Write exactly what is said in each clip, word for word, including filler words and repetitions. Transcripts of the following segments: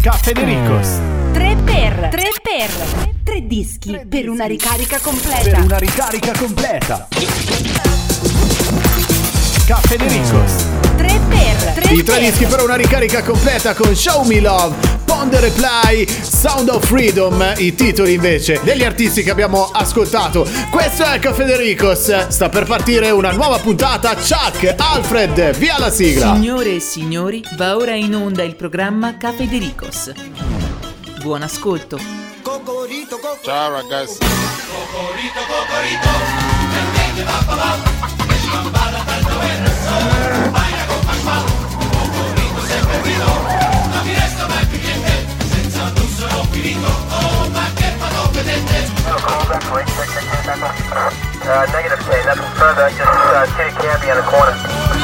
Cafedericos. tre per tre per tre dischi tre per dischi. Una ricarica completa. Per una ricarica completa. Cafedericos. tre per tre I tre dischi per una ricarica completa con Show Me Love, Pond Reply, Sound of Freedom, i titoli invece degli artisti che abbiamo ascoltato. Questo è Cafedericos, sta per partire una nuova puntata. Chuck, Alfred, via la sigla. Signore e signori, va ora in onda il programma Cafedericos. Buon ascolto. Cocorito, cocorito. Ciao ragazzi. Cocorito, cocorito. Perché va va va. Che lambada tanto è rosso. Baila con pasquale. Cocorito sempre grido. Non mi resta mai più niente. Senza tu sono finito. Oh, ma che vado vedente. Uh, negative say, nothing further, just uh, Kitty Candy on the corner.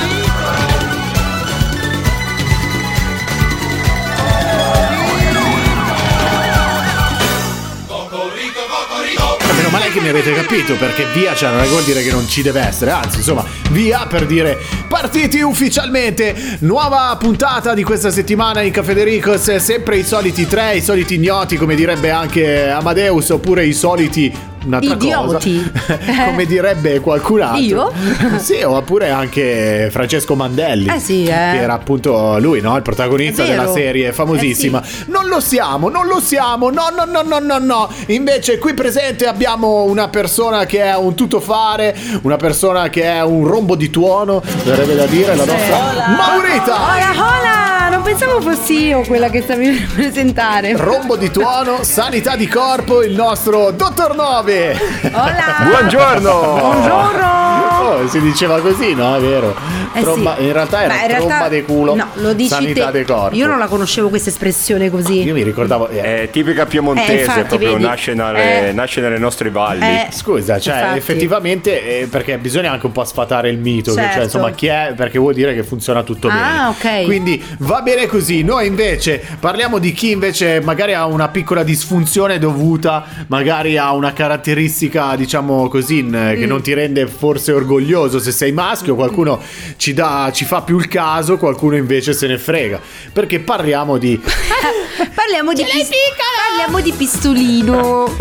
Meno male che mi avete capito, perché via, cioè, non è vuol dire che non ci deve essere, anzi, insomma, via per dire partiti ufficialmente. Nuova puntata di questa settimana in Cafedericos, sempre i soliti tre, i soliti ignoti, come direbbe anche Amadeus, oppure i soliti un'altra idioti. cosa, come direbbe qualcun altro. Io? Sì, oppure anche Francesco Mandelli, eh sì, eh. che era appunto lui, no? Il protagonista della serie famosissima. Eh sì. Non lo siamo, non lo siamo, no, no, no, no, no, no. Invece qui presente abbiamo una persona che è un tuttofare, una persona che è un rombo di tuono, verrebbe da dire, la nostra Hola. Maurita. Hola, hola, non pensavo fossi io quella che stavi per presentare. Rombo di tuono, sanità di corpo, il nostro Dottor Nove. Hola. Buongiorno. Buongiorno. Oh, si diceva così, no? È vero. Eh Tromba, sì. in realtà era Ma in realtà, tromba di culo. No, lo dici sanità te. di corpo. Io non la conoscevo questa espressione così. Io mi ricordavo eh, È tipica piemontese, Eh, infatti, proprio vedi? nasce, nelle, Eh. nasce nelle nostre valli. Eh. Scusa, cioè Infatti. effettivamente eh, perché bisogna anche un po' sfatare il mito, che, Certo. cioè insomma chi è, perché vuol dire che funziona tutto bene. Ah, ok. Quindi va bene così. Noi invece parliamo di chi invece magari ha una piccola disfunzione dovuta magari a una caratteristica, diciamo così, n- che Mm. non ti rende forse orgoglioso se sei maschio. Qualcuno ci dà, ci fa più il caso, qualcuno invece se ne frega, perché parliamo di Parliamo di, pis- parliamo di pistolino,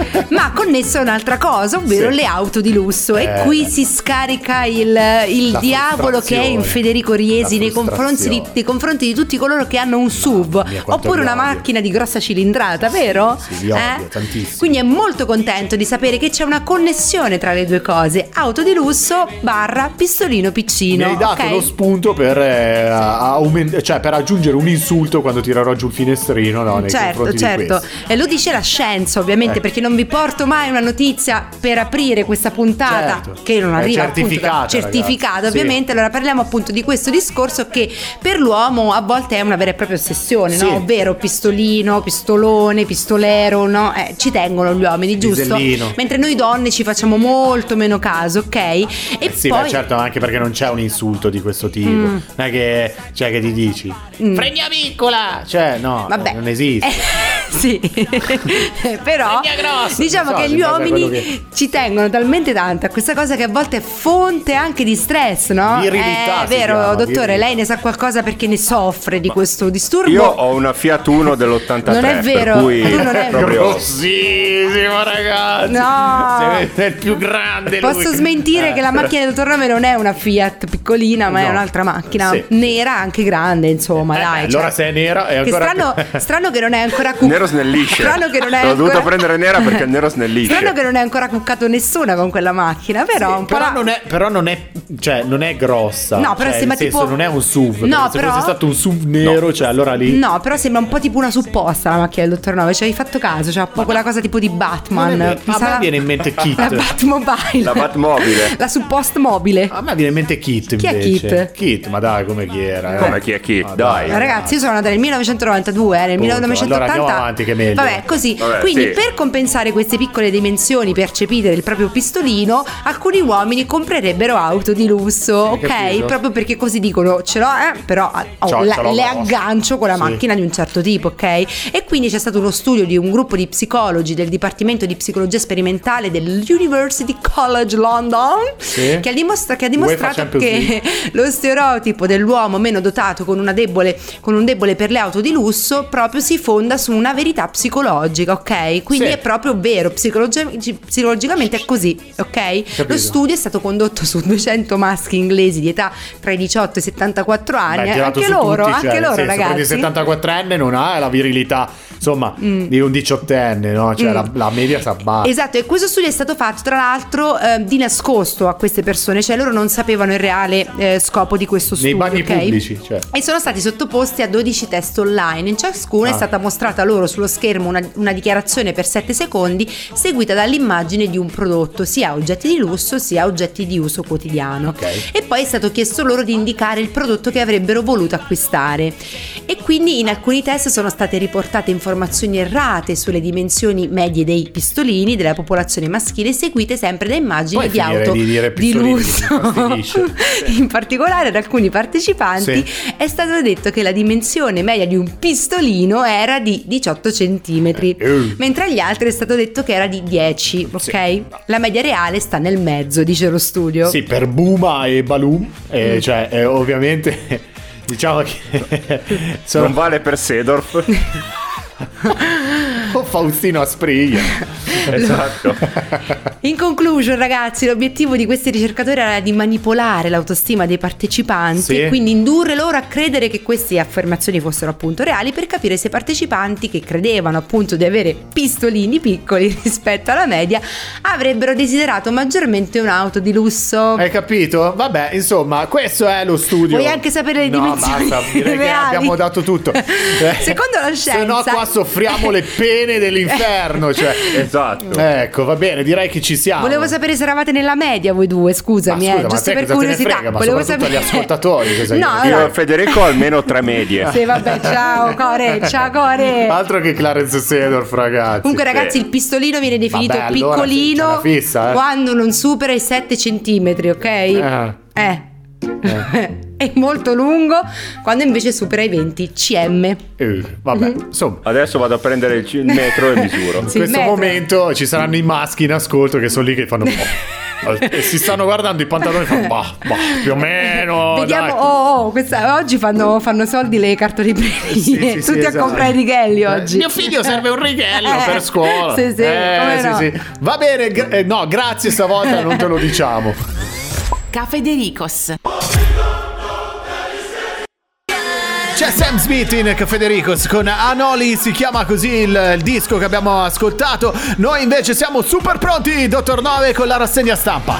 ma connesso a un'altra cosa, ovvero Sì. le auto di lusso. Eh, e qui si scarica il, il La diavolo che è in frustrazione. Federico Riesi La nei confronti, di, frustrazione. nei confronti di tutti coloro che hanno un S U V mia, quanto oppure li una odio. macchina di grossa cilindrata, vero? sì, li odio tantissimo. Quindi è molto contento di sapere che c'è una connessione tra le due cose: auto di lusso barra pistolino piccino. mi hai dato ok? lo spunto per, eh, aument- cioè, per aggiungere un insulto quando tirerò giù il finestrino, no, nei Certo, confronti di certo. questo. E lo dice la scienza, ovviamente, Ecco. perché non vi porto mai una notizia per aprire questa puntata Certo. che non È arriva appunto certificata, da- certificata, ragazzi. ovviamente. Sì. Allora parliamo appunto di questo discorso che per l'uomo a volte è una vera e propria ossessione, Sì. no? Ovvero pistolino, pistolone, pistolero, no? Eh, ci tengono gli uomini, giusto? Pisellino. Mentre noi donne ci facciamo molto meno caso, ok? E Eh sì, poi beh, certo, anche perché non c'è un insulto di questo tipo. Mm. Non è che, cioè, che ti dici Mm. fregna piccola, cioè no, Vabbè. non esiste. Eh, sì, però Fregna grossa. diciamo Non so, che in gli base a uomini quello che- ci tengono talmente tanto a questa cosa che a volte è fonte anche di stress, no? Virilità È si vero, chiama, dottore, virilità. lei ne sa qualcosa perché ne soffre di questo disturbo? Io ho una Fiat Uno dell'ottantatré. Non è vero, per cui tu non è- proprio Grossissimo, ragazzi. No. È il più grande lui. Posso smentire Eh. che la macchina del dottor Nome non è una Fiat piccolina, ma è No. un'altra macchina Sì. nera, anche grande, insomma, Eh, dai. allora cioè, se è nera è che ancora strano, strano che non è ancora cu- nero snellisce. Strano che non è L'ho dovuta ancora- prendere nera perché il nero snellisce. Strano che non è ancora cuccato nessuna con quella macchina, però un po' Però la- non è, però non è, cioè, non è grossa. No, però cioè, sembra nel senso, tipo- non è un S U V. No, perché se però- fosse stato un S U V nero, cioè, allora lì. No, però sembra un po' tipo una supposta la macchina del dottor Nove. Ci hai fatto caso? C'ha un po' quella cosa tipo di Batman. Non è vero. Mi A sa- me viene in mente Kit. La Batmobile. La Batmobile. La suppost mobile. A me viene in mente Kit Chi è invece. Kit? Kit, ma dai, come chi era? eh? Come chi è chi? Ah, Dai. Ma ragazzi, io sono nata nel millenovecentonovantadue, eh, nel Appunto, millenovecentottanta. allora andiamo avanti che è meglio. Vabbè, così. Vabbè, Quindi, sì. per compensare queste piccole dimensioni percepite del proprio pistolino, alcuni uomini comprerebbero auto di di lusso, Hai ok? capito? Proprio perché così dicono ce l'ho, eh, però oh, C'ho- la- ce l'ho le grossa. aggancio con la Sì. macchina di un certo tipo, ok? E quindi c'è stato uno studio di un gruppo di psicologi del Dipartimento di Psicologia Sperimentale dell'University College London Sì. che ha, dimostra- che ha UEFA dimostrato Champions che lo stereotipo dell'uomo meno dotato con una debole con un debole per le auto di lusso proprio si fonda su una verità psicologica, ok? Quindi Sì. è proprio vero, psicologi- psicologicamente è così, ok? Capito. Lo studio è stato condotto su duecento maschi inglesi di età tra i diciotto e i settantaquattro anni. Beh, tirato anche su loro, tutti, anche cioè, nel loro senso, ragazzi. Il settantaquattrenne non ha la virilità, insomma, Mm. di un diciottenne, no? Cioè la, la media si abbassa. Esatto, e questo studio è stato fatto tra l'altro eh, di nascosto a queste persone, cioè loro non sapevano il reale eh, scopo di questo Nei studio, bagni ok? pubblici, cioè. E sono stati sottoposti a dodici test online. In ciascuno Ah. è stata mostrata loro sullo schermo una, una dichiarazione per sette secondi seguita dall'immagine di un prodotto, sia oggetti di lusso sia oggetti di uso quotidiano. Ok. E poi è stato chiesto loro di indicare il prodotto che avrebbero voluto acquistare. E quindi in alcuni test sono state riportate informazioni errate sulle dimensioni medie dei pistolini della popolazione maschile, seguite sempre da immagini Puoi di finire auto di dire di pistolini, lusso. mi infastidisce. In particolare ad alcuni partecipanti Sì. è stato detto che la dimensione media di un pistolino era di diciotto centimetri, Eh. mentre agli altri è stato detto che era di dieci, ok? Sì. La media reale sta nel mezzo, dice lo studio. Sì, per Buma e Balum, eh, Mm. cioè eh, ovviamente diciamo che sono Non vale per Sedorf. o Faustino Aspriglia. Esatto. In conclusion, ragazzi, l'obiettivo di questi ricercatori era di manipolare l'autostima dei partecipanti Sì. e quindi indurre loro a credere che queste affermazioni fossero appunto reali, per capire se i partecipanti che credevano appunto di avere pistolini piccoli rispetto alla media avrebbero desiderato maggiormente un'auto di lusso. Hai capito? Vabbè, insomma, questo è lo studio. Vuoi anche sapere le no, dimensioni basta, direi che reali? abbiamo dato tutto. Eh, Secondo la Se no scienza- qua soffriamo le pene dell'inferno, cioè. Esatto. Ecco, va bene, direi che ci siamo. Volevo sapere se eravate nella media voi due, scusami, Ma scusa, eh, ma giusto te per cosa te ne curiosità. frega? Ma Volevo soprattutto sapere agli ascoltatori, cosa No, io- Io no. e Federico almeno tre medie. Sì, vabbè, ciao Core, ciao Core. Altro che Clarence Sedorf, ragazzi. Comunque ragazzi, il pistolino viene definito Vabbè, allora sì, piccolino c'è una fissa, eh. quando non supera i sette centimetri, ok? Eh. Eh. È molto lungo quando invece supera i venti centimetri. Eh, vabbè, insomma. Adesso vado a prendere il c- il metro e misuro. In Sì, questo metro. momento ci saranno i maschi in ascolto che sono lì che fanno boh. E si stanno guardando i pantaloni e fanno bah, bah, più o meno. Vediamo, dai. oh, oh, questa- oggi fanno, fanno soldi le cartolibrerie. Sì, sì, sì, Tutti esatto. a comprare i righelli oggi. Mio figlio serve un righello Eh, per scuola. sì, sì, Eh, come sì, no. sì. Va bene, gra- eh, no, grazie stavolta, non te lo diciamo. Cafedericos. C'è Sam Smith in Cafedericos con Anoli, si chiama così il, il disco che abbiamo ascoltato. Noi invece siamo super pronti, Dottor Nove, con la rassegna stampa.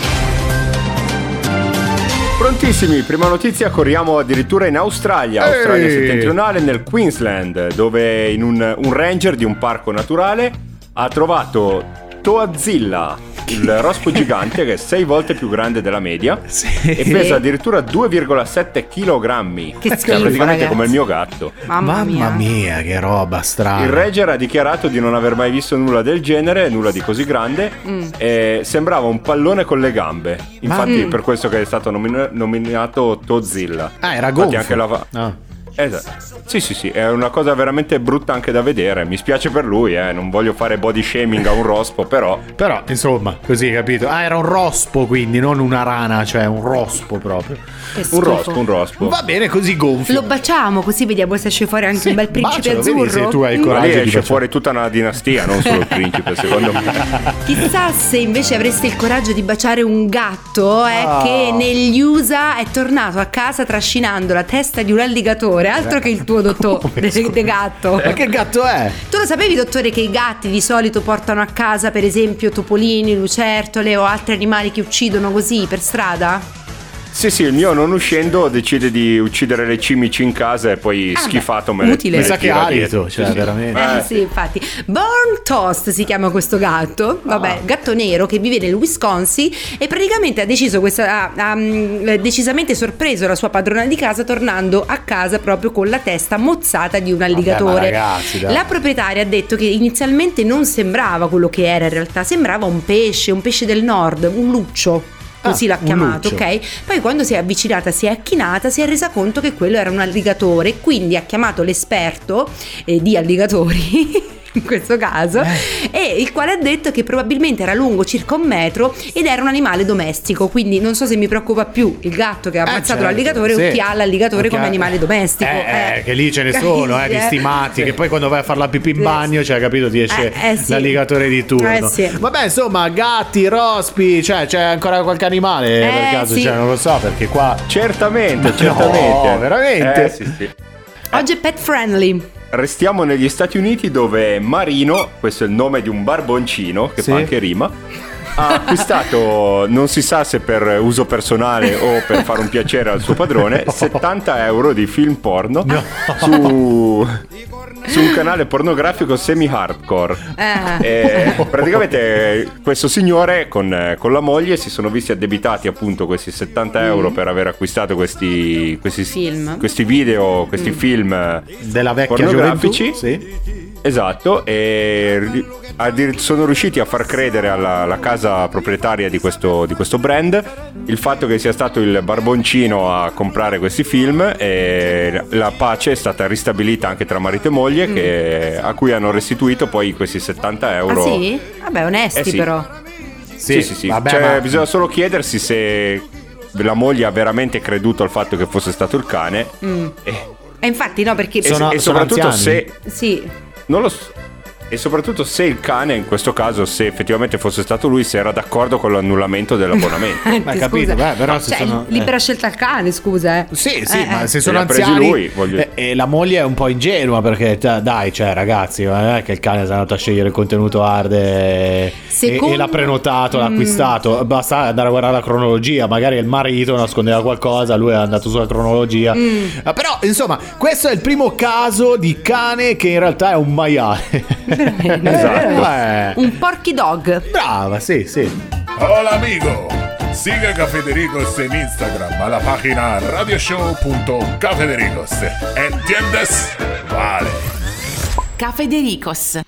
Prontissimi, prima notizia, corriamo addirittura in Australia, Ehi! Australia settentrionale, nel Queensland, dove in un, un ranger di un parco naturale ha trovato Toadzilla, il rospo gigante che è sei volte più grande della media e pesa addirittura due virgola sette chilogrammi, Che che è schifo, praticamente ragazzi. come il mio gatto. Mamma, Mamma mia, che roba strana. Il ranger ha dichiarato di non aver mai visto nulla del genere, nulla di così grande, Mm. e sembrava un pallone con le gambe. Infatti Mm. per questo che è stato nomin- nominato Toadzilla. Ah, era Infatti gonfio. anche la... Ah. Esatto. Sì, sì, sì, è una cosa veramente brutta anche da vedere. Mi spiace per lui, eh. Non voglio fare body shaming a un rospo, però. Però, insomma, così capito. Ah, era un rospo, quindi non una rana, cioè un rospo proprio. Che Un schifo. rospo, un rospo. Va bene, così gonfio. Lo baciamo così vediamo se esce fuori anche Sì, un bel principe bacialo, vedi azzurro. se tu hai il Mm. Ma coraggio lì di esce baciare. fuori tutta una dinastia, non solo il principe, secondo me. Chissà se invece avreste il coraggio di baciare un gatto eh, Ah. che negli U S A è tornato a casa trascinando la testa di un alligatore, altro che il tuo dottore de, de gatto. E che gatto è? Tu lo sapevi, dottore, che i gatti di solito portano a casa per esempio topolini, lucertole o altri animali che uccidono così per strada? Sì, sì, il mio non uscendo decide di uccidere le cimici in casa e poi Ah, schifato beh, me le, utile. me Mi le sa che tira ha dietro. alito, cioè Sì, sì. veramente. Eh Eh, sì, infatti. Burn Toast si chiama questo gatto, vabbè, Ah. gatto nero che vive nel Wisconsin e praticamente ha deciso questa, ha, ha, mm, decisamente sorpreso la sua padrona di casa tornando a casa proprio con la testa mozzata di un alligatore. ma ragazzi, dai. La proprietaria ha detto che inizialmente non sembrava quello che era in realtà, sembrava un pesce, un pesce del nord, un luccio. così Ah, l'ha un chiamato, luccio. ok? Poi quando si è avvicinata, si è acchinata, si è resa conto che quello era un alligatore, quindi ha chiamato l'esperto eh, di alligatori in questo caso, e il quale ha detto che probabilmente era lungo circa un metro ed era un animale domestico, quindi non so se mi preoccupa più il gatto che ha ammazzato certo, l'alligatore sì. o chi ha l'alligatore Perché- come animale domestico. Eh, Eh, che lì ce ne sono, eh, di capisci, stimati, che poi quando vai a fare la pipì in Sì. bagno, cioè, capito, ti esce Eh, eh, sì. l'alligatore di turno. Eh, sì. Vabbè, insomma, gatti, rospi, cioè c'è ancora qualche animale Eh, per caso, sì. cioè non lo so, perché qua Certamente, No, certamente. veramente? Eh, sì, sì. Oggi è pet friendly. Restiamo negli Stati Uniti dove Marino, questo è il nome di un barboncino che Sì. fa anche rima, ha acquistato, non si sa se per uso personale o per fare un piacere al suo padrone, settanta euro di film porno su, su un canale pornografico semi-hardcore. Eh. E praticamente questo signore con, con la moglie si sono visti addebitati appunto questi settanta euro per aver acquistato questi, questi Film. questi video, questi film della vecchia pornografici. gioventù, sì. Esatto, e ri- addir- sono riusciti a far credere alla, alla casa proprietaria di questo, di questo brand il fatto che sia stato il barboncino a comprare questi film, e la pace è stata ristabilita anche tra marito e moglie, che- a cui hanno restituito poi questi settanta euro. Ah sì? Vabbè, onesti Eh sì. però. Sì, sì, sì. Vabbè, Cioè, ma- bisogna solo chiedersi se la moglie ha veramente creduto al fatto che fosse stato il cane. Mm. E, E infatti no, perché e- Sono- e sono soprattutto anziani? se sì. non lo so. E soprattutto se il cane, in questo caso, se effettivamente fosse stato lui, se era d'accordo con l'annullamento dell'abbonamento. Eh, Ma ti capito, scusa. beh, però No, se cioè, sono- libera eh. scelta al cane, scusa, eh. Sì, sì, Eh, ma eh. se Se sono li ha presi anziani lui, voglio- e, e la moglie è un po' ingenua, perché cioè, dai, cioè ragazzi, ma non è che il cane si è andato a scegliere il contenuto hard e, Secondo- e- e l'ha prenotato, l'ha Mm. acquistato, basta andare a guardare la cronologia, magari il marito nascondeva qualcosa, lui è andato sulla cronologia. Mm. Eh, però insomma, questo è il primo caso di cane che in realtà è un maiale. Esatto. Eh, Un porky dog. brava, sì, sì. Hola amigo, sigue a Federicos en Instagram a la página radioshow.cafedericos. ¿Entiendes? Vale. Cafedericos.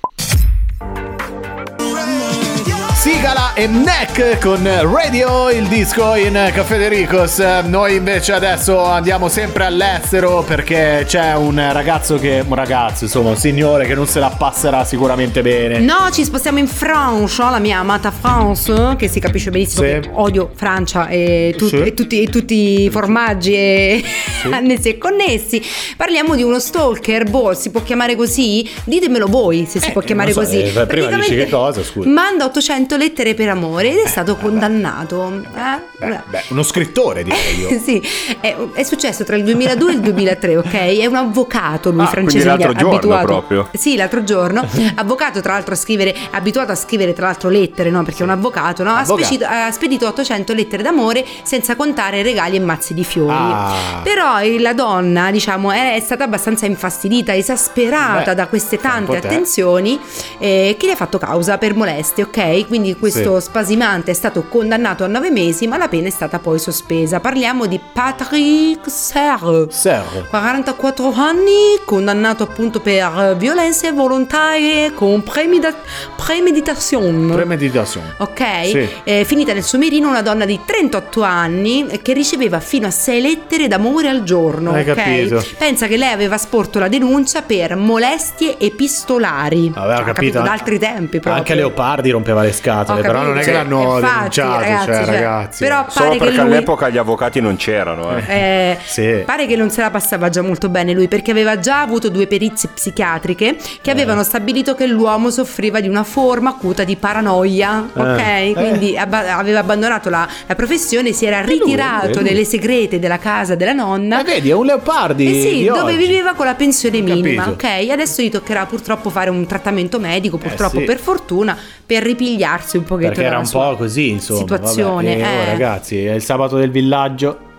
Sigala e Neck con Radio, il disco in Caffè De Ricos. Noi invece adesso andiamo sempre all'estero perché c'è un ragazzo che, un ragazzo insomma, un signore che non se la passerà sicuramente bene. No, ci spostiamo in Francia, la mia amata France, che si capisce benissimo Sì. che odio Francia e, tut- Sì. e tutti, e tutti i formaggi e annessi e connessi. Parliamo di uno stalker, boh, si può chiamare così? Ditemelo voi se si Eh, può chiamare non so, così. eh, prima Praticamente dici che cosa, scusa. manda ottocento lettere per amore ed è stato condannato. Eh? Beh, beh, uno scrittore direi io. Sì, è, è successo tra il duemiladue e il duemilatré, ok? È un avvocato lui Ah, francese, quindi l'altro giorno abituato. proprio. Sì, l'altro giorno, avvocato tra l'altro a scrivere, abituato a scrivere tra l'altro lettere, no? Perché è un avvocato, no? Ha, Avvocato. spedito, ha spedito ottocento lettere d'amore senza contare regali e mazzi di fiori. Ah. Però eh, la donna, diciamo, è, è stata abbastanza infastidita, esasperata Beh, da queste fa un tante po' te. attenzioni eh, che gli ha fatto causa per molestie, ok? Quindi questo Sì. spasimante è stato condannato a nove mesi, ma la pena è stata poi sospesa. Parliamo di Patrick Serre. Serre. quarantaquattro anni, condannato appunto per violenze volontarie con premeda- premeditazione. Premeditazione. Ok, Sì. Eh, finita nel suo mirino una donna di trentotto anni eh, che riceveva fino a sei lettere d'amore al giorno. Hai ok? capito. Pensa che lei aveva sporto la denuncia per molestie epistolari. Aveva Ha capito. da altri tempi proprio. Anche Leopardi rompeva le scatole, Ho però capito. non è che Sì. l'hanno Infatti, denunciato, ragazzi, cioè, cioè, ragazzi. però Solo pare che perché lui all'epoca gli avvocati non c'erano, eh. eh, Sì. pare che non se la passava già molto bene lui, perché aveva già avuto due perizie psichiatriche che avevano stabilito che l'uomo soffriva di una forma acuta di paranoia, ok? Eh. Quindi abba- aveva abbandonato la, la professione, si era lui, ritirato è lui. nelle segrete della casa della nonna. Ma vedi, è un Leopardi. Eh sì, di dove oggi. viveva con la pensione minima, Capito. ok? Adesso gli toccherà purtroppo fare un trattamento medico, purtroppo sì. per fortuna, per ripigliarsi un pochetto Perché era dalla un sua po' così, insomma. situazione. Vabbè. E, oh, eh. ragazzi, è il sabato del villaggio.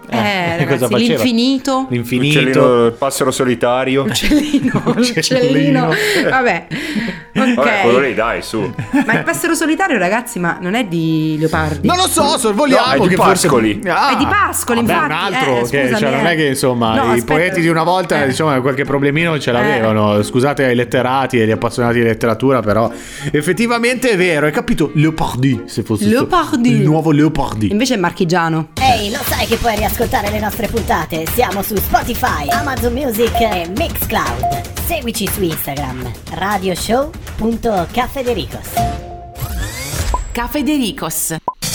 Eh, che cosa ragazzi, faceva? l'infinito. L'infinito. Uccellino, il passero solitario. Uccellino, uccellino. Vabbè. Ok. Vabbè, quello lì, dai, su. Ma il passero solitario, ragazzi, ma non è di Leopardi? Non lo so, sorvoliamo. No, è di che forse- Pascoli. Ah, È di Pascoli, vabbè, infatti. un altro Eh, che, scusami, cioè, non eh. è che insomma No, i aspetta. poeti di una volta Eh. diciamo qualche problemino ce l'avevano. Scusate ai letterati e agli appassionati di letteratura, però effettivamente è vero, hai capito? Leopardi, se fosse Leopardi. il nuovo Leopardi. Invece è marchigiano. Ehi, lo sai che puoi riascoltare le nostre puntate? Siamo su Spotify, Amazon Music e Mixcloud. Seguici su Instagram, radioshow.cafedericos. Cafedericos.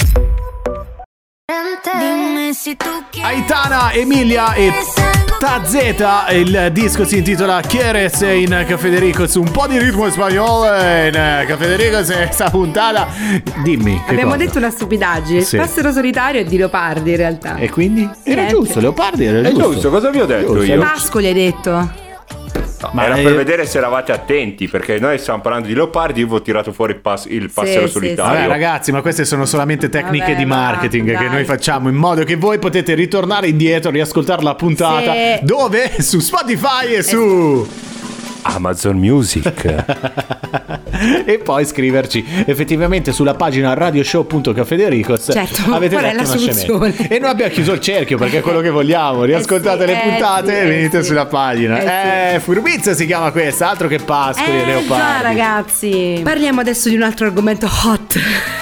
Aitana, Emilia e Tazeta, il disco si intitola Quieres in Cafedericos, un po' di ritmo spagnolo in Cafedericos e sta puntata. Dimmi, che Abbiamo cosa? detto una stupidaggine. Sì. Il passero solitario è di Leopardi in realtà. E quindi? Era Niente. giusto, Leopardi era È giusto. giusto, cosa vi ho detto Giusto. io? Pascoli hai detto. No, Ma era è- per vedere se eravate attenti, perché noi stiamo parlando di leopardi, io vi ho tirato fuori il, pas- il passero sì, solitario. Vabbè ragazzi, ma queste sono solamente tecniche Vabbè, di va, marketing che dai. noi facciamo in modo che voi potete ritornare indietro, riascoltare la puntata. Sì. Dove? Su Spotify e su Amazon Music. e poi scriverci effettivamente sulla pagina radioshow.cafedericos. Certo, avete qual è detto la una soluzione? scenetta. E noi abbiamo chiuso il cerchio perché è quello che vogliamo. Riascoltate Eh sì, le eh puntate sì, e eh venite sì. sulla pagina. Eh Eh, furbizia si chiama questa, altro che Pascoli e Eh Leopardi. già ragazzi. Parliamo adesso di un altro argomento hot.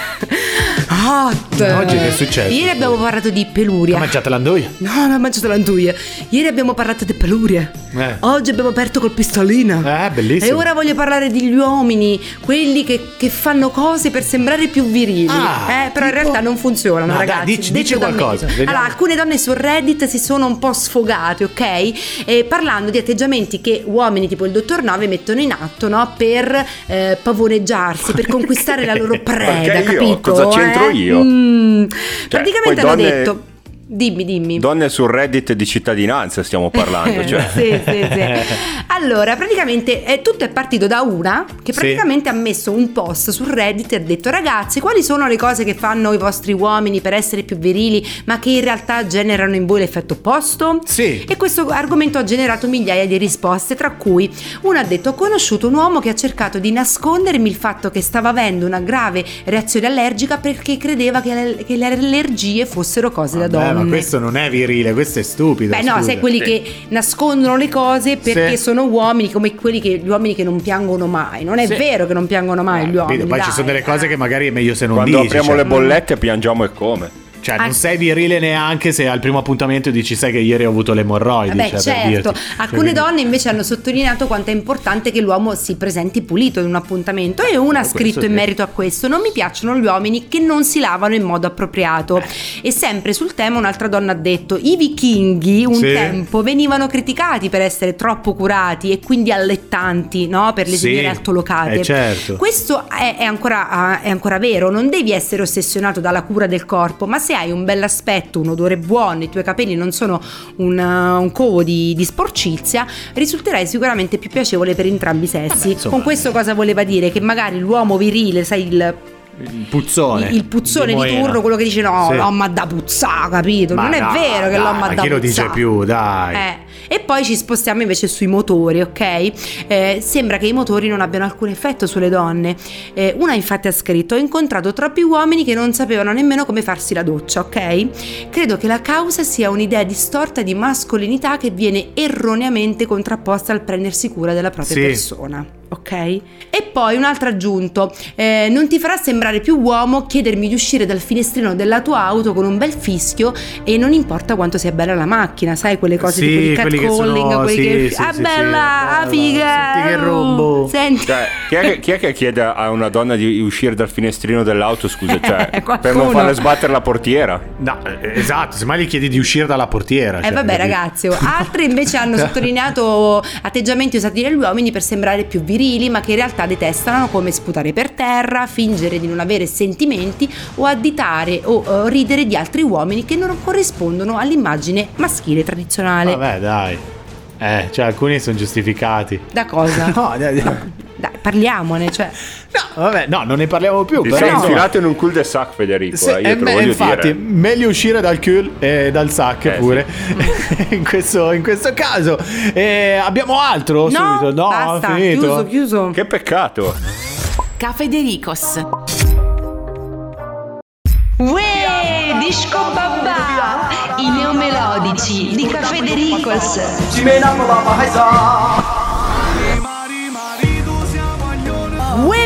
Hot. Oggi che è successo? Ieri abbiamo parlato di Hai peluria. mangiato l'andoia? No, non ho mangiato l'anduia. Ieri abbiamo parlato di peluria. Eh. Oggi abbiamo aperto col pistolino. Eh, bellissimo. E ora voglio parlare degli uomini, quelli che, che fanno cose per sembrare più virili. Ah, eh, però in tipo? realtà non funzionano, No, dai, ragazzi. dici- dici Detto da me. qualcosa, vediamo. Allora, alcune donne su Reddit si sono un po' sfogate, ok? Eh, parlando di atteggiamenti che uomini tipo il dottor Nove mettono in atto, no? Per eh, pavoneggiarsi, per conquistare la loro preda, Perché io? capito? Cosa c'entro eh? io? Mm. Cioè, Praticamente poi hanno donne- detto. Dimmi, dimmi. Donne sul Reddit di cittadinanza stiamo parlando, cioè. sì, sì, sì. Allora, praticamente eh, tutto è partito da una che Sì. praticamente ha messo un post su Reddit e ha detto: ragazzi, quali sono le cose che fanno i vostri uomini per essere più virili, ma che in realtà generano in voi l'effetto opposto? Sì. E questo argomento ha generato migliaia di risposte, tra cui una ha detto: ho conosciuto un uomo che ha cercato di nascondermi il fatto che stava avendo una grave reazione allergica perché credeva che le, che le allergie fossero cose da Vabbè, donne. ma questo non è virile, questo è stupido. Beh no, scusa. sai quelli che nascondono le cose perché Sì. sono uomini, come quelli che gli uomini che non piangono mai. Non è Sì. vero che non piangono mai gli Capito? uomini. Poi ci dai, sono delle cose dai. che magari è meglio se non Quando dici. apriamo cioè, le bollette piangiamo e come. Cioè, non Ah. sei virile neanche se al primo appuntamento dici sai che ieri ho avuto le emorroidi. Vabbè, cioè, per certo. dirti. Alcune Quindi- donne invece hanno sottolineato quanto è importante che l'uomo si presenti pulito in un appuntamento e una ha questo scritto in sì. merito a questo: non mi piacciono gli uomini che non si lavano in modo appropriato. E sempre sul tema un'altra donna ha detto: i vichinghi un Sì. tempo venivano criticati per essere troppo curati e quindi allettanti, no? Per le Sì, signore altolocate. eh, certo. Questo è, è ancora, è ancora vero, non devi essere ossessionato dalla cura del corpo, ma se hai un bell'aspetto, un odore buono, i tuoi capelli non sono un, uh, un covo di, di sporcizia, risulterai sicuramente più piacevole per entrambi i sessi. insomma. Con questo cosa voleva dire? Che magari l'uomo virile, sai, il, Il puzzone. il puzzone di, Moena. turno, quello che dice no, Sì. l'uomo ha da puzzà, capito? Ma non è dai, vero che dai, l'uomo ha ma da chi lo puzzà. dice più, dai. Eh. E poi ci spostiamo invece sui motori, ok? Eh, sembra che i motori non abbiano alcun effetto sulle donne. Eh, una infatti ha scritto: ho incontrato troppi uomini che non sapevano nemmeno come farsi la doccia, ok? Credo che la causa sia un'idea distorta di mascolinità che viene erroneamente contrapposta al prendersi cura della propria Sì. persona. Ok? E poi un altro aggiunto: eh, non ti farà sembrare più uomo chiedermi di uscire dal finestrino della tua auto con un bel fischio e non importa quanto sia bella la macchina, sai, quelle cose Sì, tipo di quelli che catcalling, sono- quelli sì, che sì, ah sì, bella, sì, ah bella, figa, senti che oh, rombo. senti. Cioè, chi è, che, chi è che chiede a una donna di uscire dal finestrino dell'auto, scusa, cioè, per Qualcuno. non farle sbattere la portiera? No, eh, esatto, semmai gli chiedi di uscire dalla portiera. Eh cioè, vabbè capito? ragazzi, oh, altre invece hanno sottolineato atteggiamenti usati dagli uomini per sembrare più virili, ma che in realtà detestano, come sputare per terra, fingere di non avere sentimenti o additare o eh, ridere di altri uomini che non corrispondono all'immagine maschile tradizionale. Vabbè, dai. Eh, cioè alcuni sono giustificati. Da cosa? No, da, Dai, parliamone, cioè. No, vabbè, no, non ne parliamo più. Ti Però sei no. infilato in un cul-de-sac, Federico. Se- eh, io eh, te lo me- voglio infatti, dire. meglio uscire dal cul e dal sac Eh, pure. in, questo, in questo caso. Eh, abbiamo altro? No, subito? No, basta, è finito. chiuso, chiuso. Che peccato. Cafedericos. Uè, disco babà, i neomelodici di Cafedericos. Uè,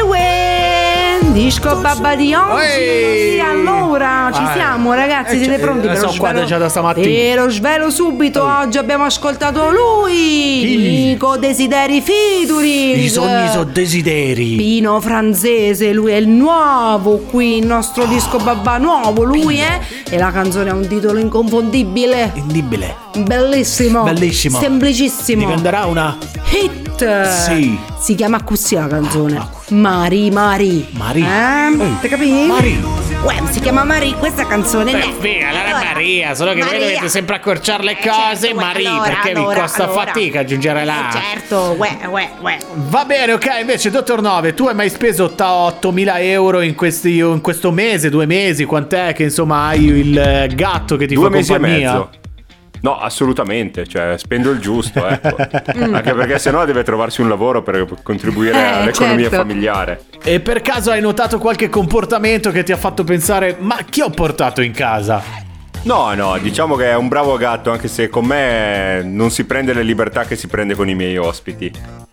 uè, disco babà di oggi. Ehi! Allora, ci Ah, siamo ragazzi, eh, siete cioè, pronti? eh, Ve lo sono qua svelo- già da stamattina. Ve lo svelo subito, oggi abbiamo ascoltato lui, Chi? Nico Desideri Featuring. I sogni sono desideri. Pino Franzese, lui è il nuovo qui, il nostro disco babà nuovo, lui è. E la canzone ha un titolo inconfondibile, Indibile. bellissimo, Bellissimo. semplicissimo. Diventerà una Hit. Sì. Si chiama così la canzone. Mari Mari. Mari. Eh? Eh. Ti capisci? Mari. Uè, si chiama Mari questa canzone. Beh, no. figa, allora è Maria, solo che voi Maria. dovete sempre accorciare le Eh, cose, certo, Maria, allora, perché allora, vi costa allora. fatica aggiungere la. Eh, certo, uè, uè, uè. Va bene, ok, invece dottor Nove, tu hai mai speso ottomila euro in, questi, in questo mese, due mesi, quant'è che insomma hai il eh, gatto che ti Due fa mesi compagnia? e mezzo. No, assolutamente, cioè spendo il giusto, ecco. Anche perché sennò deve trovarsi un lavoro per contribuire Eh, all'economia certo. familiare. E per caso hai notato qualche comportamento che ti ha fatto pensare, ma chi ho portato in casa? No, no, diciamo che è un bravo gatto, anche se con me non si prende le libertà che si prende con i miei ospiti.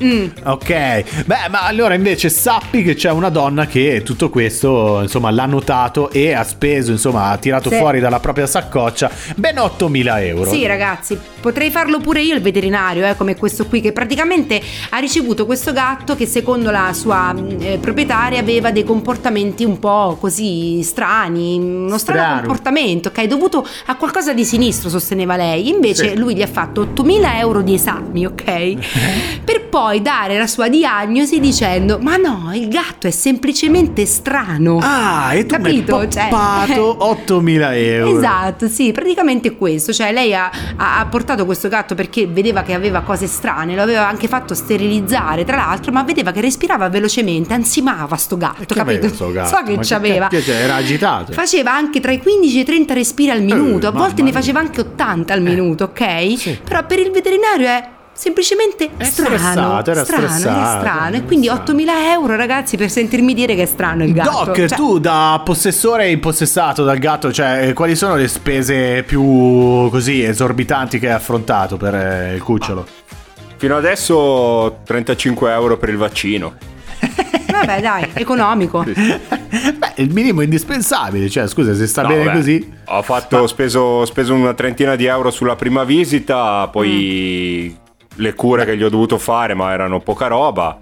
Ok, beh, ma allora invece sappi che c'è una donna che tutto questo, insomma, l'ha notato e ha speso, insomma, ha tirato Sì. fuori dalla propria saccoccia ben ottomila euro. Sì, ragazzi, potrei farlo pure io il veterinario, eh, come questo qui, che praticamente ha ricevuto questo gatto che secondo la sua eh, proprietaria aveva dei comportamenti un po' così strani, uno strano Strano. comportamento, ok, dovuto a qualcosa di sinistro, sosteneva lei. Invece Sì. lui gli ha fatto ottomila euro di esami, ok? Per poi dare la sua diagnosi dicendo: ma no, il gatto è semplicemente strano. Ah, e tu mi hai Capito? Cioè- poppato ottomila euro. Esatto, sì, praticamente questo, cioè lei ha, ha- ha portato questo gatto perché vedeva che aveva cose strane, lo aveva anche fatto sterilizzare tra l'altro, ma vedeva che respirava velocemente, ansimava sto gatto, Che capito? aveva sto gatto? So che Ma c'aveva. che- che- era agitato. Faceva anche tra i quindici e i trenta respiri al minuto, a mamma volte ne mia. faceva anche ottanta al minuto, ok? sì. Però per il veterinario è semplicemente È strano, stressato, era strano, stressato, è strano. E quindi strano. ottomila euro, ragazzi, per sentirmi dire che è strano il gatto. Doc, Cioè- tu da possessore impossessato dal gatto, cioè eh, quali sono le spese più così esorbitanti che hai affrontato per eh, il cucciolo? Fino adesso trentacinque euro per il vaccino. Vabbè, dai, economico. Beh, il minimo indispensabile, cioè scusa, se sta No, bene beh, così. Ho fatto, ho speso, ho speso una trentina di euro sulla prima visita, poi le cure che gli ho dovuto fare, ma erano poca roba.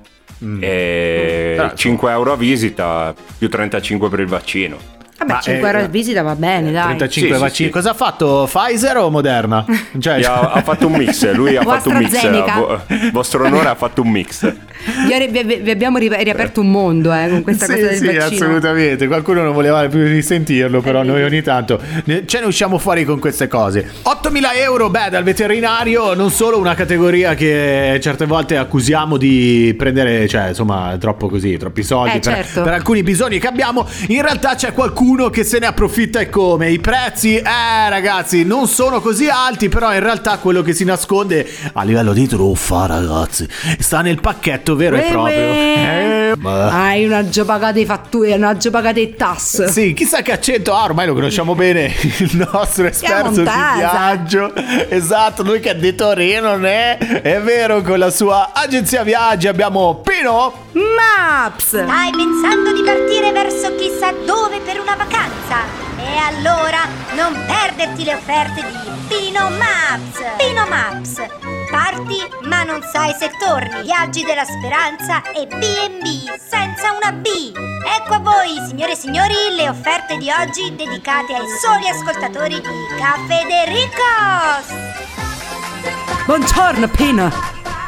E Però, cinque euro a visita più trentacinque per il vaccino. Vabbè, Ma, cinque eh, euro a visita va bene, dai. trentacinque Sì, sì, vaccini. sì. Cosa ha fatto? Pfizer o Moderna? Cioè, E ha, ha fatto un mix, lui ha O fatto un mix. AstraZeneca. A vo- vostro onore ha fatto un mix. Vi, ore- vi- vi abbiamo ri- riaperto un mondo eh, con questa sì, cosa del sì, vaccino. assolutamente. Qualcuno non voleva più risentirlo, però noi ogni tanto ne- ce ne usciamo fuori con queste cose. ottomila euro, beh, dal veterinario, non solo una categoria che certe volte accusiamo di prendere, cioè, insomma, troppo così, troppi soldi Eh, per, certo. per alcuni bisogni che abbiamo. In realtà c'è qualcuno che se ne approfitta, e come? I prezzi, eh, ragazzi, non sono così alti, però in realtà quello che si nasconde a livello di truffa, ragazzi, sta nel pacchetto vero e Uè, proprio. uè. Eh, ma- Hai una già pagate fatture, una già pagate tasse. Sì, chissà che accento ha, ormai lo conosciamo bene, il nostro esperto di Montasa. viaggio. Esatto, lui che è di Torino, non è? È vero, con la sua agenzia viaggi abbiamo Pino. Maps! Stai pensando di partire verso chissà dove per una vacanza? E allora non perderti le offerte di Pino Maps! Pino Maps! Parti ma non sai se torni. Viaggi della speranza e B and B senza una B. Ecco a voi, signore e signori, le offerte di oggi dedicate ai soli ascoltatori di Cafedericos. Buongiorno, Pino!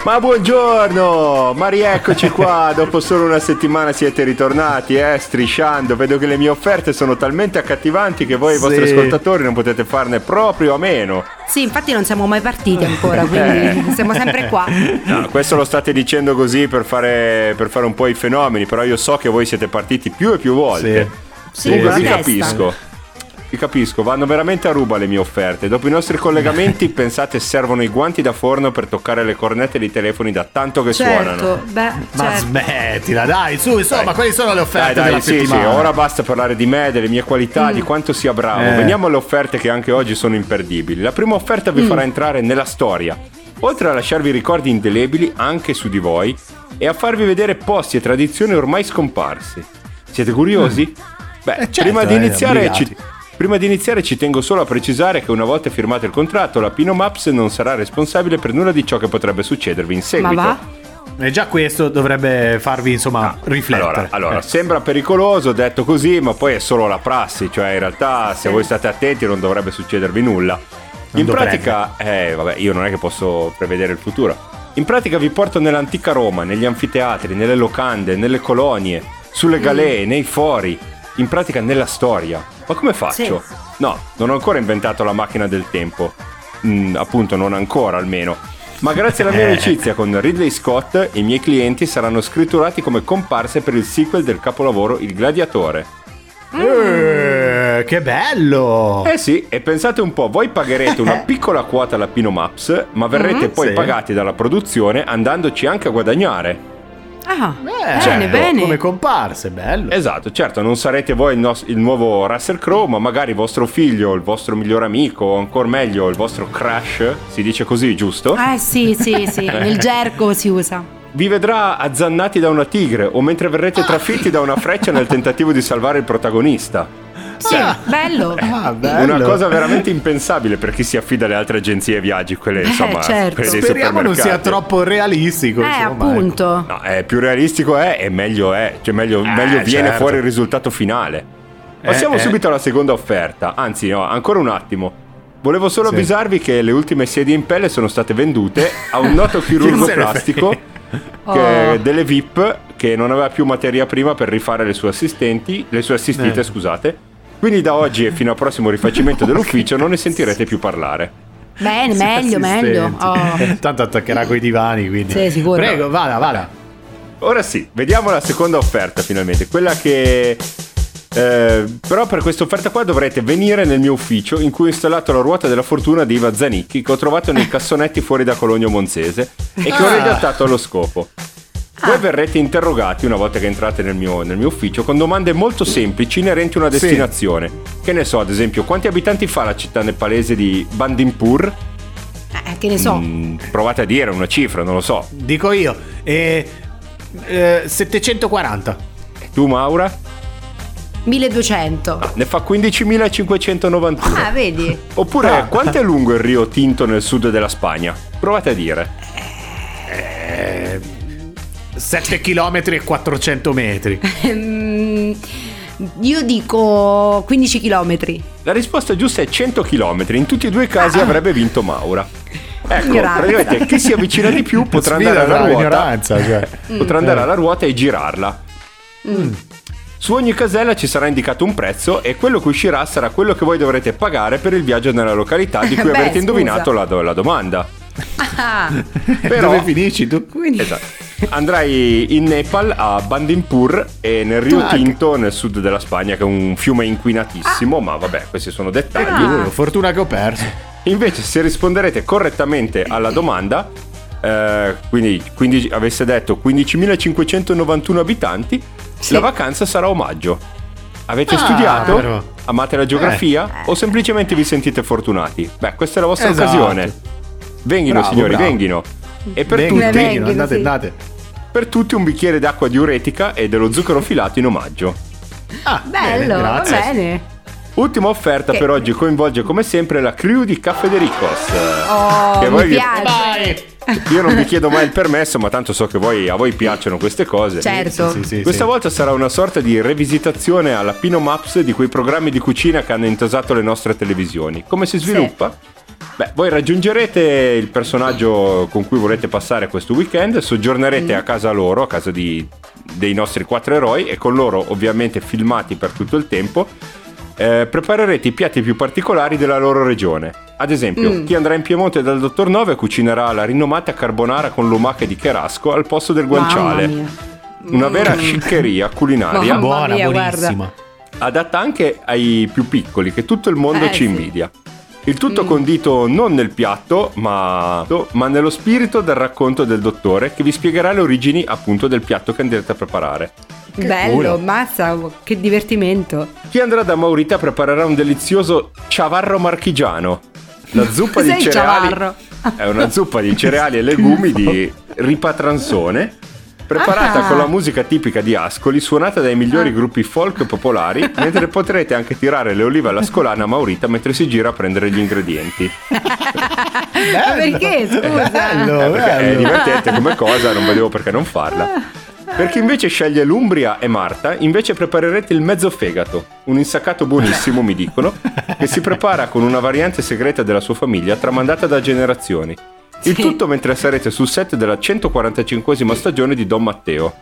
Ma buongiorno, ma rieccoci qua, dopo solo una settimana siete ritornati, eh, strisciando. Vedo che le mie offerte sono talmente accattivanti che voi, i vostri Sì. ascoltatori, non potete farne proprio a meno. Sì, infatti non siamo mai partiti ancora, quindi siamo sempre qua. No, questo lo state dicendo così per fare, per fare un po' i fenomeni, però io so che voi siete partiti più e più volte. Sì, Comunque con vi la testa. capisco. Vi capisco, vanno veramente a ruba le mie offerte. Dopo i nostri collegamenti, pensate servono i guanti da forno per toccare le cornette dei telefoni da tanto che suonano. Certo, beh, Ma certo. smettila, dai, su, insomma, Dai. quali sono le offerte Dai, dai, della sì, sì, settimana? ora basta parlare di me, delle mie qualità, di quanto sia bravo. Eh. Veniamo alle offerte che anche oggi sono imperdibili. La prima offerta vi farà entrare nella storia, oltre a lasciarvi ricordi indelebili anche su di voi e a farvi vedere posti e tradizioni ormai scomparsi. Siete curiosi? Beh, Eh, certo, prima di eh, iniziare obbligati. ci... Prima di iniziare ci tengo solo a precisare che una volta firmato il contratto la Pino Maps non sarà responsabile per nulla di ciò che potrebbe succedervi in Ma seguito. va? E già questo dovrebbe farvi, insomma, riflettere. Allora, allora, Eh. sembra pericoloso detto così, ma poi è solo la prassi, cioè in realtà se voi state attenti non dovrebbe succedervi nulla. In dovrebbe. pratica, eh vabbè, io non è che posso prevedere il futuro. In pratica vi porto nell'antica Roma, negli anfiteatri, nelle locande, nelle colonie, sulle galee, nei fori, in pratica nella storia. Ma come faccio? Sì. No, non ho ancora inventato la macchina del tempo. Mm, appunto, non ancora almeno. Ma grazie alla mia Eh. amicizia con Ridley Scott, i miei clienti saranno scritturati come comparse per il sequel del capolavoro Il Gladiatore. Eh, che bello! Eh sì, e pensate un po', voi pagherete una piccola quota alla Pino Maps, ma verrete poi Sì. pagati dalla produzione andandoci anche a guadagnare. Ah, Eh, bene, bene. Come comparse, bello. Esatto, certo, non sarete voi il, nos- il nuovo Russell Crowe, ma magari vostro figlio, il vostro miglior amico, o ancora meglio il vostro crush, si dice così, giusto? Eh sì, sì, sì, nel gergo si usa. Vi vedrà azzannati da una tigre o mentre verrete trafitti da una freccia nel tentativo di salvare il protagonista. Sì, bello. Ah, bello. Una cosa veramente impensabile per chi si affida alle altre agenzie viaggi, quelle insomma, certo. quelle dei Speriamo non sia supermercati. troppo realistico. Eh, insomma, appunto. No, è più realistico è e meglio è, cioè meglio, Eh, meglio viene certo. fuori il risultato finale. Passiamo Eh, eh. subito alla seconda offerta, anzi no, ancora un attimo. Volevo solo Sì. avvisarvi che le ultime sedie in pelle sono state vendute a un noto chirurgo Chi se ne plastico che- Oh. delle V I P che non aveva più materia prima per rifare le sue assistenti, le sue assistite, Eh. scusate. Quindi da oggi e fino al prossimo rifacimento dell'ufficio non ne sentirete più parlare. Bene, meglio, meglio. Oh. Eh, Tanto attaccherà coi divani, quindi. Sì, sicuro. Prego, vada, vada. Ora sì, vediamo la seconda offerta finalmente, quella che... eh, però per questa offerta qua dovrete venire nel mio ufficio in cui ho installato la ruota della fortuna di Iva Zanicchi che ho trovato nei cassonetti fuori da Cologno Monzese e che ho Ah. redattato allo scopo. Voi verrete interrogati una volta che entrate nel mio, nel mio ufficio con domande molto semplici inerenti a una destinazione. Che ne so, ad esempio, quanti abitanti fa la città nepalese di Bandimpur? Eh, che ne so. Mm, provate a dire una cifra, non lo so. Dico io. Eh, eh, settecentoquaranta. E tu, Maura? milleduecento. Ah, ne fa quindicimilacinquecentonovantuno. Ah, vedi? Oppure Ah. quanto è lungo il Rio Tinto nel sud della Spagna? Provate a dire. Eh, sette chilometri e quattrocento metri. Ehm, Io dico quindici chilometri. La risposta giusta è cento chilometri. In tutti e due i casi Ah. avrebbe vinto Maura. Ecco, Ignoranza. praticamente chi si avvicina di più potrà Sfida andare alla tra ruota. l'ignoranza, cioè. Potrà andare alla ruota e girarla. Su ogni casella ci sarà indicato un prezzo e quello che uscirà sarà quello che voi dovrete pagare per il viaggio nella località di cui Beh, avrete indovinato scusa. la, do- la domanda. Ah, Però- Dove finisci tu? quindi Esatto. Andrai in Nepal a Bandimpur e nel Rio Ah, Tinto nel sud della Spagna che è un fiume inquinatissimo, ma vabbè, questi sono dettagli. Ah. Fortuna che ho perso. Invece se risponderete correttamente alla domanda, eh, quindi, quindi avesse detto quindicimilacinquecentonovantuno abitanti, Sì. la vacanza sarà omaggio. Avete Ah, studiato? però. Amate la geografia? O semplicemente vi sentite fortunati? Beh, questa è la vostra Esatto. occasione. Venghino Bravo, signori, bravo. venghino. E per Venghino, tutti, venghino, andate, sì. andate. per tutti un bicchiere d'acqua diuretica e dello zucchero filato in omaggio. Ah, bello, bene, va grazie. bene. Ultima offerta Che- per oggi coinvolge come sempre la crew di Caffè De Ricos. Oh, Che mi voi vi- piace. Io non vi chiedo mai il permesso, ma tanto so che voi, a voi piacciono queste cose. Certo. Sì, sì, Questa sì. volta sarà una sorta di rivisitazione alla Pino Maps di quei programmi di cucina che hanno intasato le nostre televisioni. Come si sviluppa? Beh, voi raggiungerete il personaggio con cui volete passare questo weekend, soggiornerete Mm. a casa loro, a casa di, dei nostri quattro eroi, e con loro ovviamente filmati per tutto il tempo eh, preparerete i piatti più particolari della loro regione. Ad esempio, Mm. chi andrà in Piemonte dal dottor Nove cucinerà la rinomata carbonara con lumache di Cherasco al posto del guanciale. Mamma mia. Una vera Mm. sciccheria culinaria, Mamma Buona, mia, buonissima. adatta anche ai più piccoli che tutto il mondo Eh, ci sì. invidia. Il tutto Mm. condito non nel piatto, ma, ma nello spirito del racconto del dottore, che vi spiegherà le origini appunto del piatto che andrete a preparare. Bello, culo. mazza, che divertimento. Chi andrà da Maurita preparerà un delizioso ciavarro marchigiano. La zuppa Cos'è di il cereali ciavarro? è una zuppa di cereali e legumi di ripatransone, preparata Ah. con la musica tipica di Ascoli, suonata dai migliori gruppi folk popolari, mentre potrete anche tirare le olive alla scolana a Maurita mentre si gira a prendere gli ingredienti. Ma perché, scusa? Bello, Eh, perché è bello. divertente come cosa, non vedevo perché non farla. Per chi invece sceglie l'Umbria e Marta, invece preparerete il mezzo fegato, un insaccato buonissimo, mi dicono, che si prepara con una variante segreta della sua famiglia tramandata da generazioni. Il Sì. tutto mentre sarete sul set della centoquarantacinquesima stagione di Don Matteo.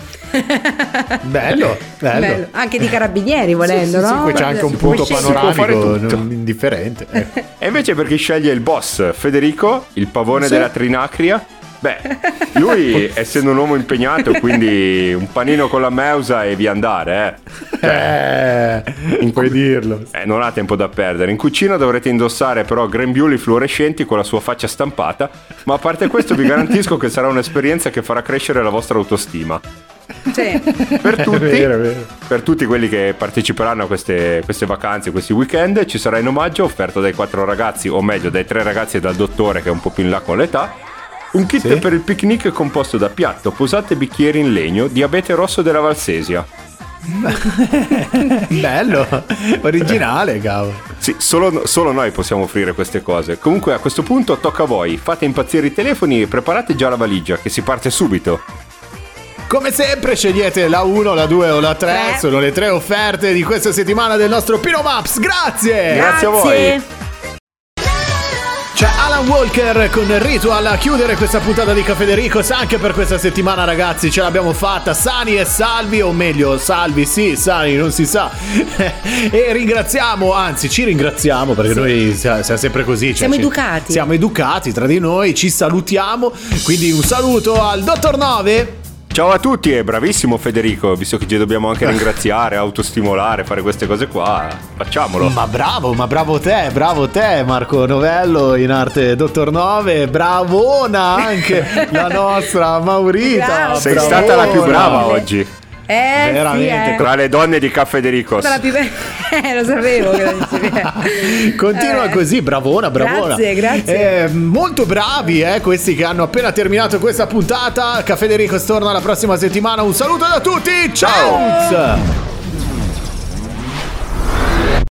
Bello, bello. Bello. Anche di carabinieri volendo, Sì, sì, no? poi c'è anche un Si punto può scegliere. Si può fare panoramico tutto. non indifferente. ecco. E invece per chi sceglie il boss Federico, il pavone Sì. della Trinacria, beh, lui essendo un uomo impegnato, quindi un panino con la meusa e via andare, eh. Eh, puoi dirlo. Eh, non ha tempo da perdere. In cucina dovrete indossare però grembiuli fluorescenti con la sua faccia stampata, ma a parte questo vi garantisco che sarà un'esperienza che farà crescere la vostra autostima. Sì. Per È tutti, vero, è vero. per tutti quelli che parteciperanno a queste, queste vacanze, questi weekend, ci sarà in omaggio, offerto dai quattro ragazzi, o meglio dai tre ragazzi e dal dottore che è un po' più in là con l'età, un kit Sì. per il picnic composto da piatto, posate e bicchieri in legno di abete rosso della Valsesia. Bello, originale, cavolo. Sì, solo, solo noi possiamo offrire queste cose. Comunque a questo punto tocca a voi. Fate impazzire i telefoni e preparate già la valigia, che si parte subito. Come sempre scegliete la uno, la due o la tre. Tre. Sono le tre offerte di questa settimana del nostro Pino Maps. Grazie! Grazie a voi. C'è Alan Walker con Ritual a chiudere questa puntata di Caffè De Ricos. Anche per questa settimana, ragazzi, ce l'abbiamo fatta sani e salvi, o meglio salvi sì, sani non si sa. E ringraziamo, anzi ci ringraziamo, perché noi siamo siamo sempre così, cioè, Siamo ci- educati. siamo educati tra di noi, ci salutiamo. Quindi un saluto al dottor Nove. Ciao a tutti e bravissimo Federico, visto che ci dobbiamo anche ringraziare, autostimolare, fare queste cose qua, facciamolo. Ma bravo, ma bravo te, bravo te Marco Novello in arte dottor Nove, bravona anche la nostra Maurita. Bravo. Sei bravona. stata la più brava oggi, Eh, Veramente, sì, eh. tra le donne di Caffè De Ricos. La più be- eh, lo sapevo che lo dicevi. Continua Eh. così, bravona, bravona. Grazie, grazie. Eh, molto bravi, eh, questi che hanno appena terminato questa puntata. Caffè De Ricos torna la prossima settimana. Un saluto da tutti, ciao!